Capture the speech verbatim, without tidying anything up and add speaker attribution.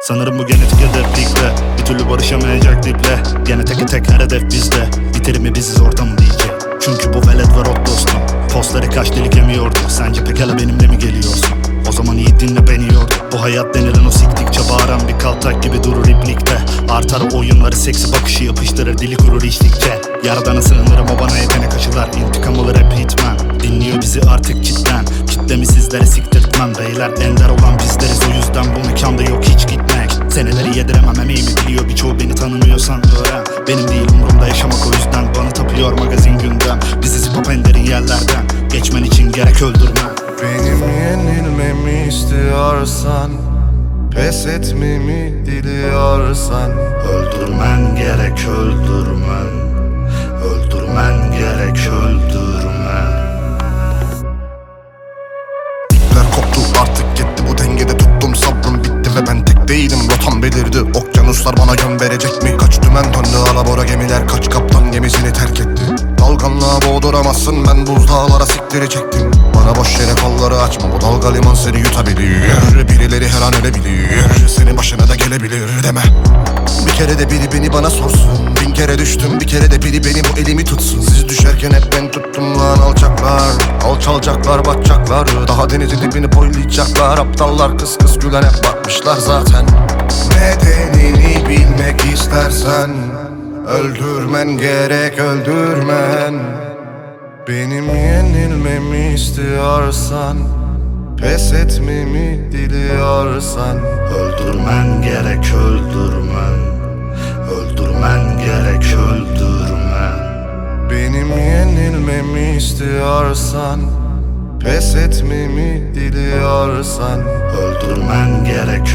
Speaker 1: Sanırım bu genetik hedeflikle bir türlü barışamayacak diple. Gene teke tek her hedef bizde. Bitirimi biziz ortamı diyecek. Çünkü bu velet var ot dostum. Postları kaç delik emiyordu. Sence pekala benimle mi geliyorsun? O zaman iyi dinle beni yordu. Bu hayat denilen o siktikçe bağıran bir kaltak gibi durur iplikte. Artar oyunları, seksi bakışı yapıştırır, dili kurur içtikçe. Yaradana sığınırım, o bana yetenek aşılar. İntikam alır hep hitman. Dinliyor bizi artık cidden. Kitlemi sizlere siktirtmem beyler. Ender olan bizleriz, o yüzden bu mekanda yok hiç gitmek. Seneleri yediremem, emeğimi biliyor birçoğu, beni tanımıyorsan öğren. Benim değil umurumda yaşamak, o yüzden bana tapıyor magazin gündem. Bizi hip hop enderin yerlerden. Geçmen için gerek öldürme.
Speaker 2: Benim yenilmemi istiyorsan, pes etmemi diliyorsan,
Speaker 1: öldürmen gerek öldürmen. Öldürmen gerek öldürmen.
Speaker 2: İpler koptu artık gitti, bu dengede tuttum, sabrım bitti ve ben tek değilim. Rotam belirdi, okyanuslar bana yön verecek mi? Kaç dümen döndü alabora gemiler, kaç kaptan gemisini terk etti. Dalganlığa boğduramazsın, ben buzdağlara siktiri çektim. Bana boş yere kolları açma, bu dalga liman seni yutabilir. Birileri her an ölebilir, senin başına da gelebilir deme. Bir kere de biri beni bana sorsun, bin kere düştüm, bir kere de biri benim bu elimi tutsun. Siz düşerken hep ben tuttum lan alçaklar. Alçalacaklar, batacaklar, daha denizin dibini boylayacaklar. Aptallar kıs kıs gülen hep bakmışlar zaten. Nedenini bilmek istersen, öldürmen gerek öldürmen. Benim yenilmemi istiyorsan, pes etmemi diliyorsan,
Speaker 1: öldürmen gerek öldürmen. Öldürmen gerek öldürmen.
Speaker 2: benim yenilmemi istiyorsan, pes etmemi diliyorsan,
Speaker 1: öldürmen gerek